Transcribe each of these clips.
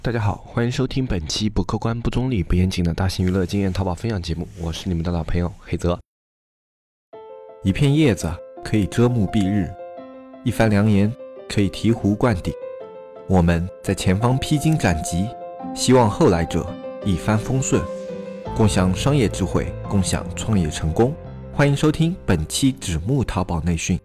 大家好，欢迎收听本期不客观、不中立、不严谨的大型娱乐经验淘宝分享节目，我是你们的老朋友黑泽。一片叶子可以遮目蔽日，一番良言可以醍醐灌顶。我们在前方披荆斩棘，希望后来者一帆风顺，共享商业智慧，共享创业成功。欢迎收听本期纸木淘宝内训。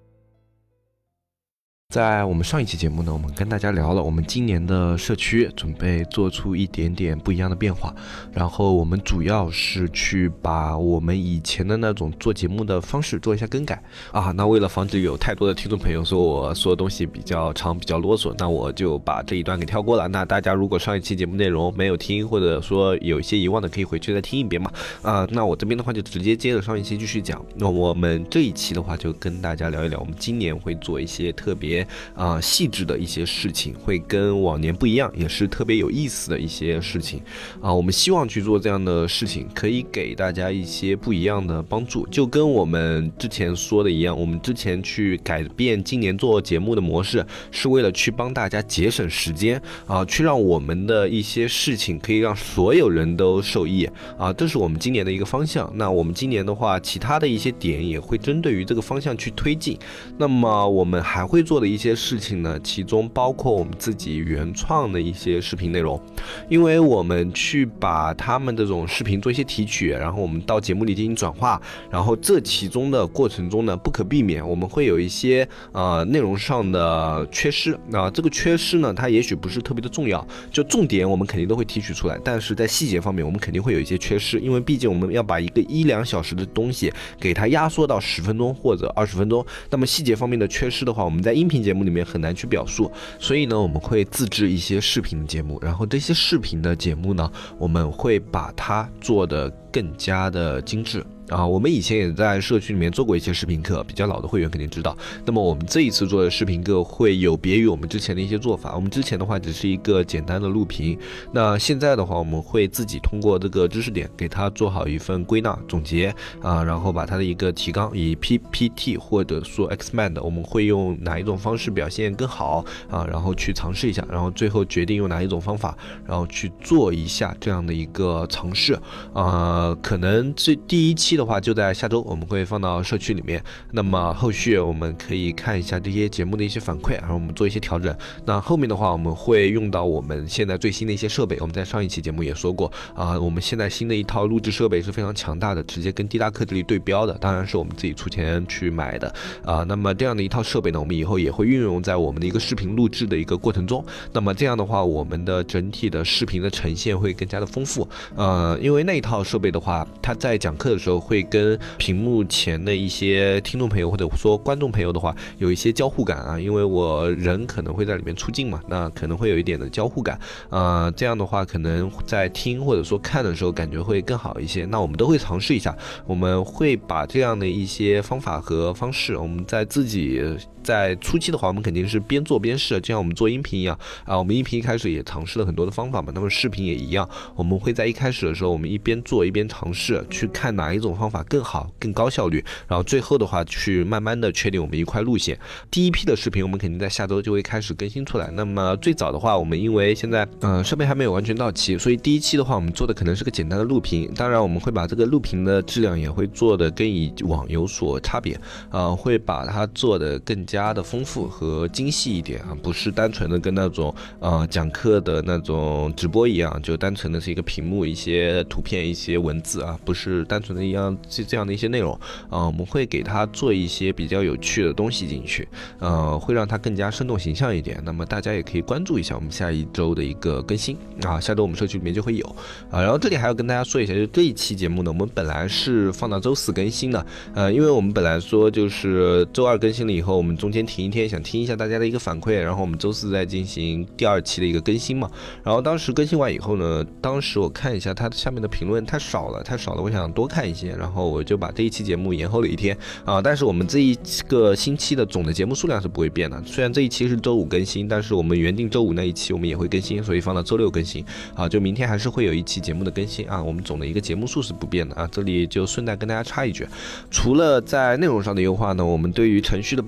在我们上一期节目呢，我们跟大家聊了我们今年的社区准备做出一点点不一样的变化，然后我们主要是去把我们以前的那种做节目的方式做一下更改啊。那为了防止有太多的听众朋友说我说的东西比较长比较啰嗦，那我就把这一段给跳过了。那大家如果上一期节目内容没有听，或者说有一些遗忘的，可以回去再听一遍嘛。那我这边的话就直接接着上一期继续讲。那我们这一期的话就跟大家聊一聊，我们今年会做一些特别细致的一些事情，会跟往年不一样，也是特别有意思的一些事情我们希望去做这样的事情，可以给大家一些不一样的帮助。就跟我们之前说的一样，我们之前去改变今年做节目的模式，是为了去帮大家节省时间去让我们的一些事情可以让所有人都受益这是我们今年的一个方向。那我们今年的话，其他的一些点也会针对于这个方向去推进。那么我们还会做的一些事情呢，其中包括我们自己原创的一些视频内容，因为我们去把他们这种视频做一些提取，然后我们到节目里进行转化，然后这其中的过程中呢，不可避免我们会有一些内容上的缺失这个缺失呢，它也许不是特别的重要，就重点我们肯定都会提取出来，但是在细节方面我们肯定会有一些缺失，因为毕竟我们要把一个1-2小时的东西给它压缩到10分钟或者20分钟，那么细节方面的缺失的话，我们在音频节目里面很难去表述，所以呢，我们会自制一些视频节目，然后这些视频的节目呢，我们会把它做得更加的精致我们以前也在社区里面做过一些视频课，比较老的会员肯定知道。那么我们这一次做的视频课会有别于我们之前的一些做法，我们之前的话只是一个简单的录屏，那现在的话我们会自己通过这个知识点给它做好一份归纳总结然后把它的一个提纲以 PPT 或者说 Xmind， 我们会用哪一种方式表现更好然后去尝试一下，然后最后决定用哪一种方法，然后去做一下这样的一个尝试可能第一期的话就在下周我们会放到社区里面，那么后续我们可以看一下这些节目的一些反馈，然后我们做一些调整。那后面的话我们会用到我们现在最新的一些设备，我们在上一期节目也说过我们现在新的一套录制设备是非常强大的，直接跟迪达克这里对标的，当然是我们自己出钱去买的那么这样的一套设备呢，我们以后也会运用在我们的一个视频录制的一个过程中，那么这样的话我们的整体的视频的呈现会更加的丰富因为那一套设备的话，它在讲课的时候会跟屏幕前的一些听众朋友或者说观众朋友的话有一些交互感因为我人可能会在里面出镜嘛，那可能会有一点的交互感这样的话可能在听或者说看的时候感觉会更好一些。那我们都会尝试一下，我们会把这样的一些方法和方式，我们在自己在初期的话，我们肯定是边做边试，就像我们做音频一样我们音频一开始也尝试了很多的方法嘛，那么视频也一样，我们会在一开始的时候，我们一边做一边尝试，去看哪一种方法更好更高效率，然后最后的话去慢慢的确定我们一块路线。第一批的视频我们肯定在下周就会开始更新出来，那么最早的话我们因为现在设备还没有完全到齐，所以第一期的话我们做的可能是个简单的录屏，当然我们会把这个录屏的质量也会做的跟以往有所差别会把它做的更加的丰富和精细一点不是单纯的跟那种讲课的那种直播一样，就单纯的是一个屏幕一些图片一些文字不是单纯的一样这样的一些内容我们会给它做一些比较有趣的东西进去会让它更加生动形象一点。那么大家也可以关注一下我们下一周的一个更新下周我们社区里面就会有然后这里还要跟大家说一下，就是这一期节目呢，我们本来是放到周4更新的因为我们本来说就是周2更新了以后，我们中间停一天，想听一下大家的一个反馈，然后我们周4再进行第2期的一个更新嘛。然后当时更新完以后呢，当时我看一下它下面的评论太少了，我想多看一些，然后我就把这一期节目延后了一天但是我们这一个星期的总的节目数量是不会变的，虽然这一期是周5更新，但是我们原定周5那一期我们也会更新，所以放到周6更新就明天还是会有一期节目的更新我们总的一个节目数是不变的这里就顺带跟大家插一句，除了在内容上的优化呢，我们对于程序的本身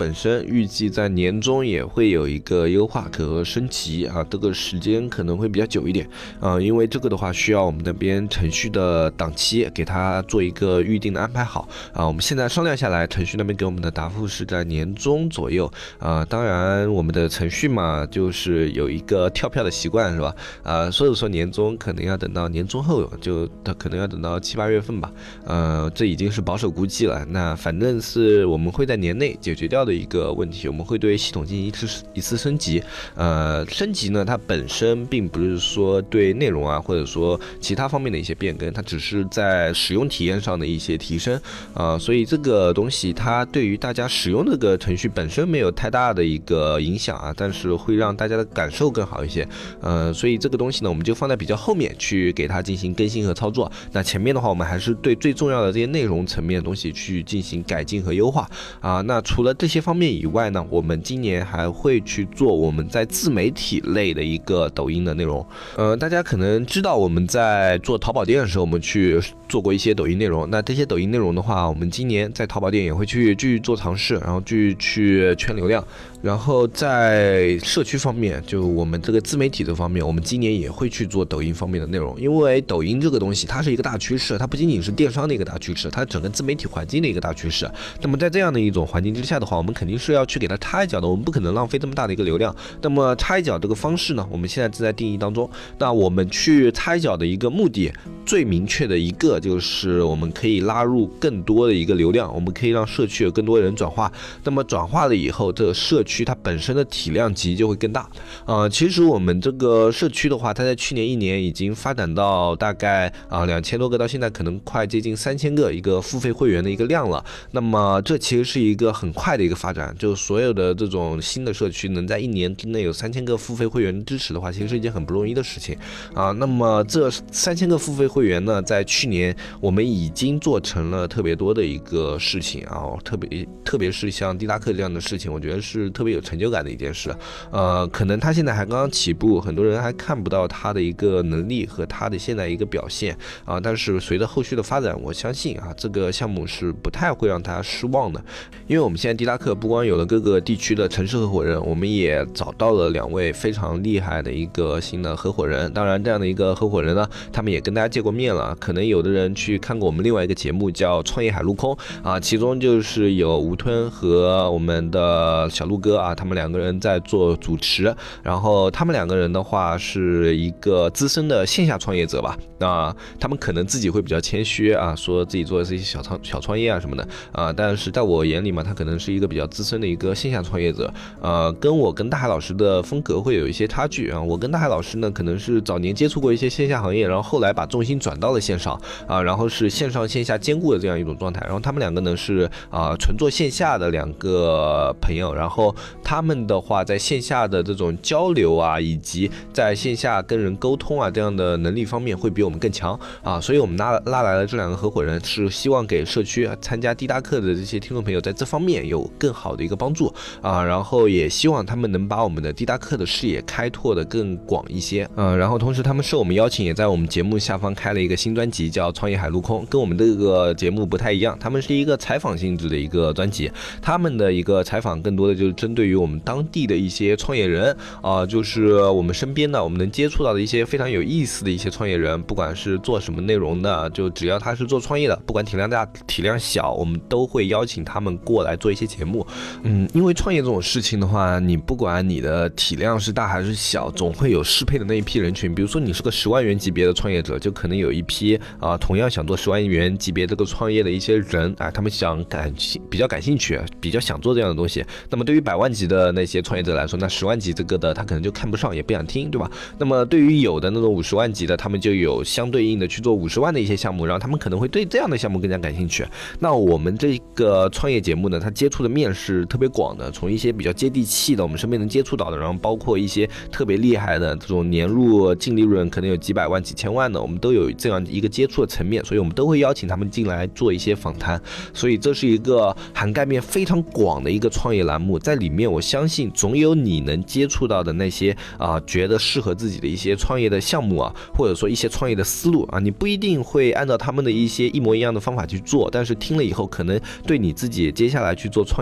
预计在年中也会有一个优化和升级啊，这个时间可能会比较久一点因为这个的话需要我们那边程序的档期给它做一个预定的安排好我们现在商量下来，程序那边给我们的答复是在年中左右当然我们的程序嘛，就是有一个跳票的习惯是吧所以说年中可能要等到年中后，就可能要等到7、8月份吧这已经是保守估计了。那反正是我们会在年内解决掉的一个问题，我们会对系统进行一次升级升级呢，它本身并不是说对内容或者说其他方面的一些变更，它只是在使用体验上的一些提升所以这个东西它对于大家使用这个程序本身没有太大的一个影响但是会让大家的感受更好一些所以这个东西呢，我们就放在比较后面去给它进行更新和操作。那前面的话，我们还是对最重要的这些内容层面的东西去进行改进和优化那除了这些方面以外呢，我们今年还会去做我们在自媒体类的一个抖音的内容大家可能知道我们在做淘宝店的时候，我们去做过一些抖音内容。那这些抖音内容的话，我们今年在淘宝店也会去继续做尝试，然后去圈流量。然后在社区方面，就我们这个自媒体这方面，我们今年也会去做抖音方面的内容。因为抖音这个东西它是一个大趋势，它不仅仅是电商的一个大趋势，它整个自媒体环境的一个大趋势。那么在这样的一种环境之下的话，我们肯定是要去给它插一脚的，我们不可能浪费这么大的一个流量。那么插一脚这个方式呢，我们现在正在定义当中。那我们去插一脚的一个目的，最明确的一个就是我们可以拉入更多的一个流量，我们可以让社区有更多人转化。那么转化了以后，这个社区它本身的体量级就会更大其实我们这个社区的话，它在去年1年已经发展到大概2000多个，到现在可能快接近3000个一个付费会员的一个量了。那么这其实是一个很快的一个发展，就所有的这种新的社区能在1年之内有3000个付费会员支持的话，其实是一件很不容易的事情那么这3000个付费会员呢，在去年我们已经做成了特别多的一个事情特别是像滴答课这样的事情，我觉得是特别有成就感的一件事可能他现在还刚刚起步，很多人还看不到他的一个能力和他的现在一个表现但是随着后续的发展，我相信这个项目是不太会让他失望的。因为我们现在滴答课不光有了各个地区的城市合伙人，我们也找到了2位非常厉害的一个新的合伙人。当然这样的一个合伙人呢，他们也跟大家见过面了，可能有的人去看过我们另外一个节目叫创业海陆空其中就是有吴吞和我们的小鹿哥他们2个人在做主持。然后他们2个人的话是一个资深的线下创业者吧他们可能自己会比较谦虚说自己做的是一些小创业什么的但是在我眼里嘛，他可能是一个比较资深的一个线下创业者跟我跟大海老师的风格会有一些差距我跟大海老师呢，可能是早年接触过一些线下行业，然后后来把重心转到了线上然后是线上线下兼顾的这样一种状态。然后他们2个呢是纯做线下的2个朋友，然后他们的话在线下的这种交流以及在线下跟人沟通这样的能力方面会比我们更强所以我们拉来了这2个合伙人，是希望给社区参加滴答课的这些听众朋友在这方面有更好的一个帮助然后也希望他们能把我们的滴答课的视野开拓的更广一些然后同时他们受我们邀请，也在我们节目下方开了一个新专辑叫创业海陆空，跟我们这个节目不太一样，他们是一个采访性质的一个专辑。他们的一个采访更多的就是针对于我们当地的一些创业人就是我们身边的我们能接触到的一些非常有意思的一些创业人，不管是做什么内容的，就只要他是做创业的，不管体量大体量小，我们都会邀请他们过来做一些节目因为创业这种事情的话，你不管你的体量是大还是小，总会有适配的那一批人群。比如说你是个10万元级别的创业者，就可能有一批同样想做10万元级别这个创业的一些人他们比较感兴趣，比较想做这样的东西。那么对于100万级的那些创业者来说，那10万级这个的他可能就看不上，也不想听，对吧？那么对于有的那种50万级的，他们就有相对应的去做50万的一些项目，然后他们可能会对这样的项目更加感兴趣。那我们这个创业节目呢，它接触的面是特别广的，从一些比较接地气的我们身边能接触到的，然后包括一些特别厉害的这种年入净利润可能有几百万几千万的，我们都有这样一个接触的层面，所以我们都会邀请他们进来做一些访谈。所以这是一个涵盖面非常广的一个创业栏目，在里面我相信总有你能接触到的那些觉得适合自己的一些创业的项目或者说一些创业的思路你不一定会按照他们的一些一模一样的方法去做，但是听了以后可能对你自己接下来去做创业会有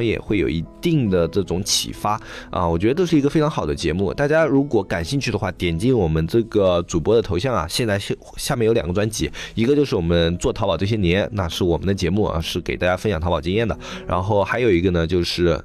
有一定的这种启发啊，我觉得这是一个非常好的节目。大家如果感兴趣的话，点击我们这个主播的头像啊，现在下面有2个专辑，一个就是我们做淘宝这些年，那是我们的节目啊，是给大家分享淘宝经验的，然后还有一个呢就是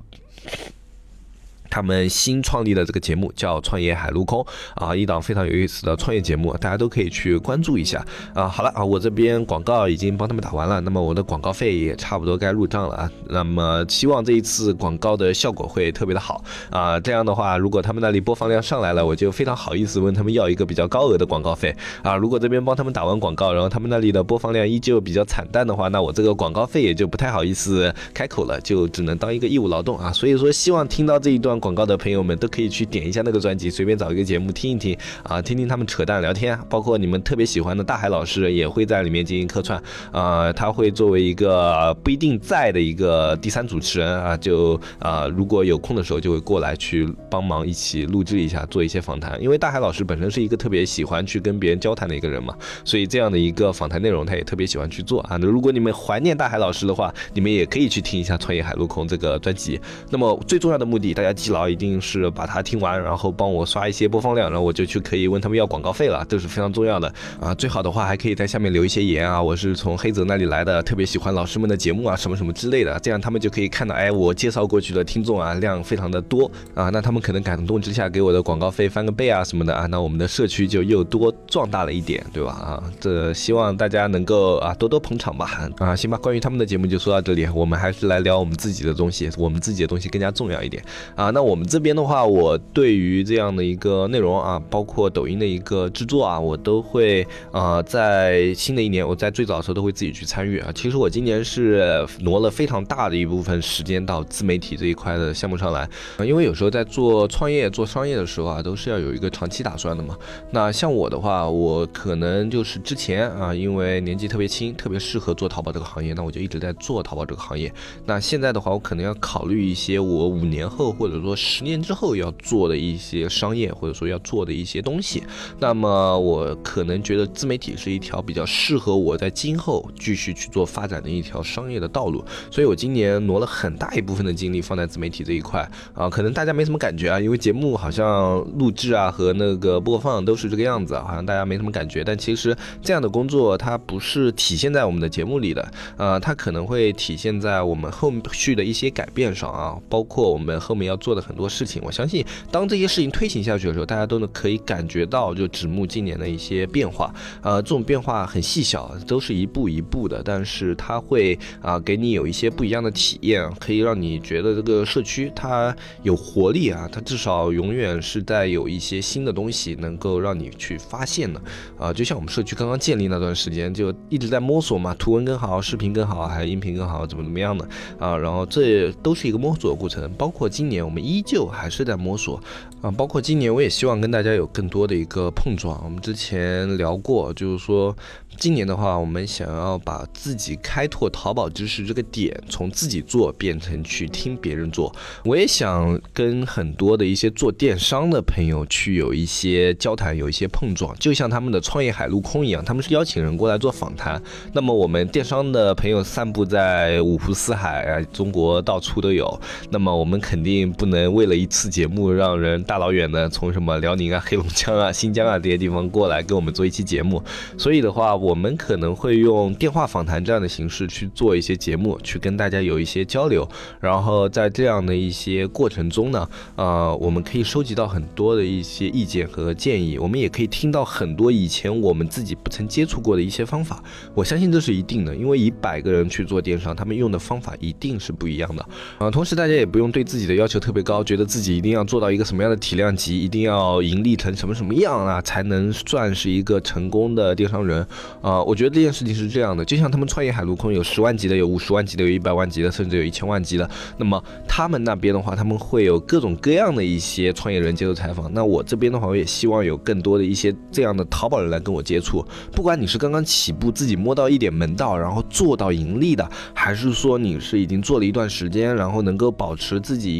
他们新创立的这个节目叫创业海陆空啊，一档非常有意思的创业节目，大家都可以去关注一下啊。好了啊，我这边广告已经帮他们打完了，那么我的广告费也差不多该入账了啊。那么希望这一次广告的效果会特别的好啊，这样的话，如果他们那里播放量上来了，我就非常好意思问他们要一个比较高额的广告费啊。如果这边帮他们打完广告，然后他们那里的播放量依旧比较惨淡的话，那我这个广告费也就不太好意思开口了，就只能当一个义务劳动啊。所以说，希望听到这一段广告的朋友们都可以去点一下那个专辑，随便找一个节目听一听啊，听听他们扯淡聊天，包括你们特别喜欢的大海老师也会在里面进行客串啊，他会作为一个不一定在的一个第3主持人啊，就如果有空的时候就会过来去帮忙一起录制一下，做一些访谈。因为大海老师本身是一个特别喜欢去跟别人交谈的一个人嘛，所以这样的一个访谈内容他也特别喜欢去做啊。如果你们怀念大海老师的话，你们也可以去听一下创业海陆空这个专辑。那么最重要的目的，大家记牢，一定是把它听完，然后帮我刷一些播放量，然后我就去可以问他们要广告费了，这是非常重要的啊。最好的话还可以在下面留一些言啊，我是从黑泽那里来的，特别喜欢老师们的节目啊，什么什么之类的，这样他们就可以看到，哎，我介绍过去的听众啊量非常的多啊，那他们可能感动之下给我的广告费翻个倍啊什么的啊，那我们的社区就又多壮大了一点，对吧？啊，这希望大家能够啊多多捧场吧啊，行吧，关于他们的节目就说到这里，我们还是来聊我们自己的东西，我们自己的东西更加重要一点啊。那我们这边的话，我对于这样的一个内容啊，包括抖音的一个制作啊，我都会在新的一年，我在最早的时候都会自己去参与啊。其实我今年是挪了非常大的一部分时间到自媒体这一块的项目上来因为有时候在做创业、做商业的时候啊，都是要有一个长期打算的嘛。那像我的话，我可能就是之前啊，因为年纪特别轻，特别适合做淘宝这个行业，那我就一直在做淘宝这个行业。那现在的话，我可能要考虑一些我5年后或者说10年之后要做的一些商业，或者说要做的一些东西。那么我可能觉得自媒体是一条比较适合我在今后继续去做发展的一条商业的道路，所以我今年挪了很大一部分的精力放在自媒体这一块啊。可能大家没什么感觉啊，因为节目好像录制啊和那个播放都是这个样子，好像大家没什么感觉。但其实这样的工作它不是体现在我们的节目里的，它可能会体现在我们后续的一些改变上啊，包括我们后面要做的很多事情。我相信当这些事情推行下去的时候，大家都能可以感觉到就指木今年的一些变化，这种变化很细小，都是一步一步的，但是它会给你有一些不一样的体验，可以让你觉得这个社区它有活力啊，它至少永远是在有一些新的东西能够让你去发现的就像我们社区刚刚建立那段时间，就一直在摸索嘛，图文更好，视频更好，还有音频更好，怎么样的然后这都是一个摸索的过程，包括今年我们依旧还是在摸索包括今年我也希望跟大家有更多的一个碰撞。我们之前聊过，就是说今年的话，我们想要把自己开拓淘宝知识这个点从自己做变成去听别人做。我也想跟很多的一些做电商的朋友去有一些交谈，有一些碰撞，就像他们的创业海陆空一样，他们是邀请人过来做访谈。那么我们电商的朋友散布在五湖四海中国到处都有，那么我们肯定不能为了一次节目让人大老远的从什么辽宁啊、黑龙江啊、新疆啊这些地方过来跟我们做一期节目。所以的话，我们可能会用电话访谈这样的形式去做一些节目，去跟大家有一些交流。然后在这样的一些过程中呢，我们可以收集到很多的一些意见和建议，我们也可以听到很多以前我们自己不曾接触过的一些方法。我相信这是一定的，因为100个人去做电商，他们用的方法一定是不一样的同时大家也不用对自己的要求特别高，觉得自己一定要做到一个什么样的体量级，一定要盈利成什么样才能算是一个成功的电商人我觉得这件事情是这样的，就像他们创业海陆空有10万级的，有50万级的，有100万级的，甚至有1000万级的。那么他们那边的话，他们会有各种各样的一些创业人接受采访。那我这边的话，我也希望有更多的一些这样的淘宝人来跟我接触。不管你是刚刚起步自己摸到一点门道，然后做到盈利的，还是说你是已经做了一段时间，然后能够保持自己一个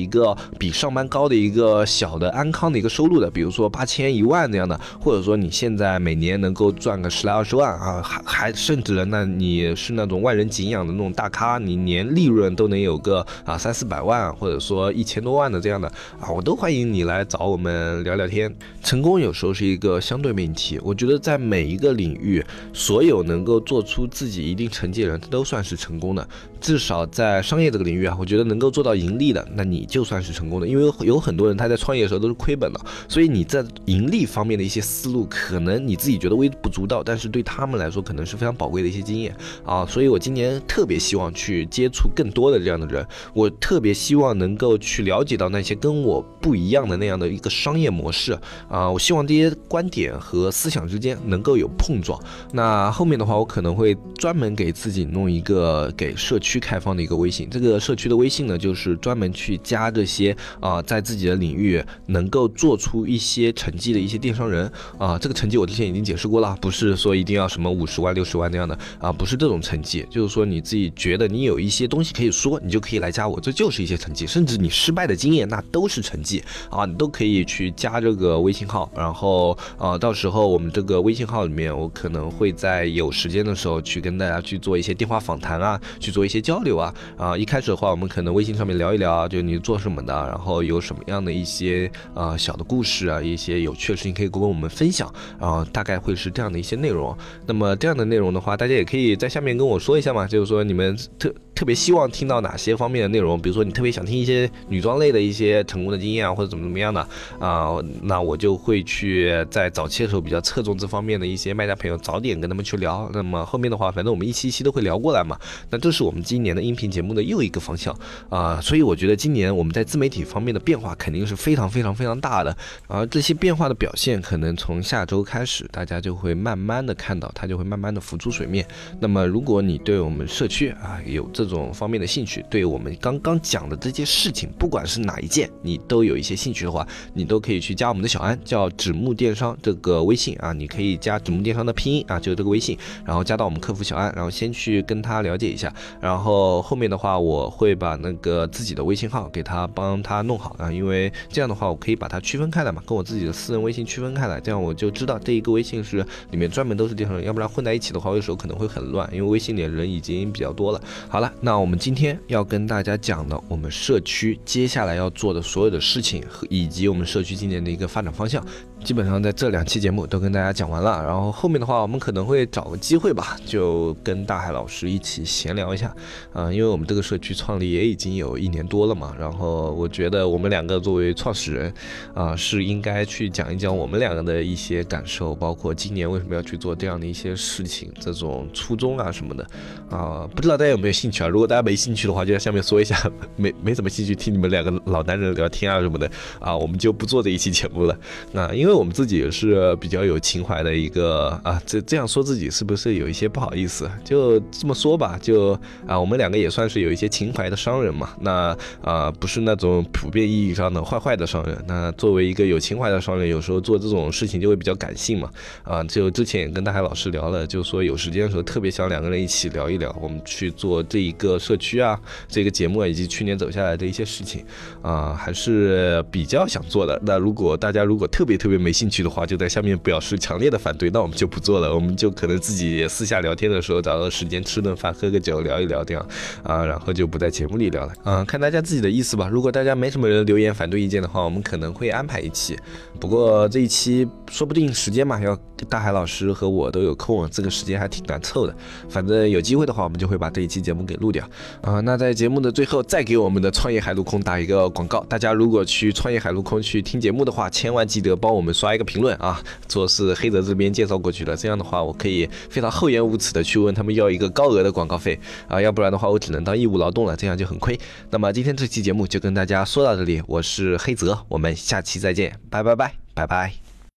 比上班高的一个小的安康的一个收入的，比如说8000、1万这样的，或者说你现在每年能够赚个10来20万啊，还甚至那你是那种万人敬仰的那种大咖，你年利润都能有个300、400万，或者说1000多万的这样的啊，我都欢迎你来找我们聊聊天。成功有时候是一个相对命题，我觉得在每一个领域，所有能够做出自己一定成绩的人都算是成功的。至少在商业这个领域啊，我觉得能够做到盈利的，那你就算是成功的。因为有很多人他在创业的时候都是亏本的，所以你在盈利方面的一些思路，可能你自己觉得微不足道，但是对他们来说可能是非常宝贵的一些经验啊。所以我今年特别希望去接触更多的这样的人，我特别希望能够去了解到那些跟我不一样的那样的一个商业模式啊。我希望这些观点和思想之间能够有碰撞。那后面的话，我可能会专门给自己弄一个给社区开放的一个微信，这个社区的微信呢，就是专门去加这些在自己的领域能够做出一些成绩的一些电商人啊。这个成绩我之前已经解释过了，不是说一定要什么50万、60万那样的啊，不是这种成绩，就是说你自己觉得你有一些东西可以说，你就可以来加我，这就是一些成绩，甚至你失败的经验那都是成绩啊，你都可以去加这个微信号，然后到时候我们这个微信号里面，我可能会在有时间的时候去跟大家去做一些电话访谈啊，去做一些交流啊。一开始的话，我们可能微信上面聊一聊，就你做什么的，然后有什么样的一些小的故事啊，一些有趣的事情可以跟我们分享大概会是这样的一些内容。那么这样的内容的话，大家也可以在下面跟我说一下嘛，就是说你们特别希望听到哪些方面的内容，比如说你特别想听一些女装类的一些成功的经验啊，或者怎么样的那我就会去在早期的时候比较侧重这方面的一些卖家朋友，早点跟他们去聊。那么后面的话，反正我们一期一期都会聊过来嘛。那这是我们今年的音频节目的又一个方向所以我觉得今年我们在自媒体方面的变化肯定是非常非常非常大的这些变化的表现可能从下周开始，大家就会慢慢的看到，它就会慢慢的浮出水面。那么如果你对我们社区有这种方面的兴趣，对我们刚刚讲的这些事情，不管是哪一件你都有一些兴趣的话，你都可以去加我们的小安，叫纸木电商这个微信你可以加纸木电商的拼音就是这个微信，然后加到我们客服小安，然后先去跟他了解一下，然后后面的话我会把那个自己的微信号给他帮他弄好因为这样的话我可以把它区分开来嘛，跟我自己的私人微信区分开来，这样我就知道这一个微信是里面专门都是电商人，要不然混在一起的话，有时候可能会很乱，因为微信里的人已经比较多了。好了，那我们今天要跟大家讲的，我们社区接下来要做的所有的事情，以及我们社区今年的一个发展方向，基本上在这2期节目都跟大家讲完了。然后后面的话，我们可能会找个机会吧，就跟大海老师一起闲聊一下因为我们这个社区创立也已经有1年多了嘛，然后我觉得我们2个作为创始人是应该去讲一讲我们2个的一些感受，包括今年为什么要去做这样的一些事情，这种初衷什么的不知道大家有没有兴趣如果大家没兴趣的话，就在下面说一下，没什么兴趣听你们2个老男人聊天什么的我们就不做这一期节目了。因为我们自己也是比较有情怀的一个这样说自己是不是有一些不好意思，就这么说吧，就我们2个也算是有一些情怀的商人嘛，那不是那种普遍意义上的坏的商人。那作为一个有情怀的商人，有时候做这种事情就会比较感性嘛就之前也跟大海老师聊了，就说有时间的时候特别想2个人一起聊一聊，我们去做这一个社区这个节目以及去年走下来的一些事情还是比较想做的。那大家如果特别没兴趣的话，就在下面表示强烈的反对，那我们就不做了，我们就可能自己私下聊天的时候找个时间吃顿饭喝个酒聊一聊这样然后就不在节目里聊了看大家自己的意思吧。如果大家没什么人留言反对意见的话，我们可能会安排一期，不过这一期说不定时间嘛，要大海老师和我都有空，这个时间还挺难凑的。反正有机会的话，我们就会把这一期节目给录掉那在节目的最后再给我们的创业海陆空打一个广告，大家如果去创业海陆空去听节目的话，千万记得帮我们刷一个评论说是黑泽这边介绍过去了，这样的话我可以非常厚颜无耻的去问他们要一个高额的广告费要不然的话我只能当义务劳动了，这样就很亏。那么今天这期节目就跟大家说到这里，我是黑泽，我们下期再见，拜拜。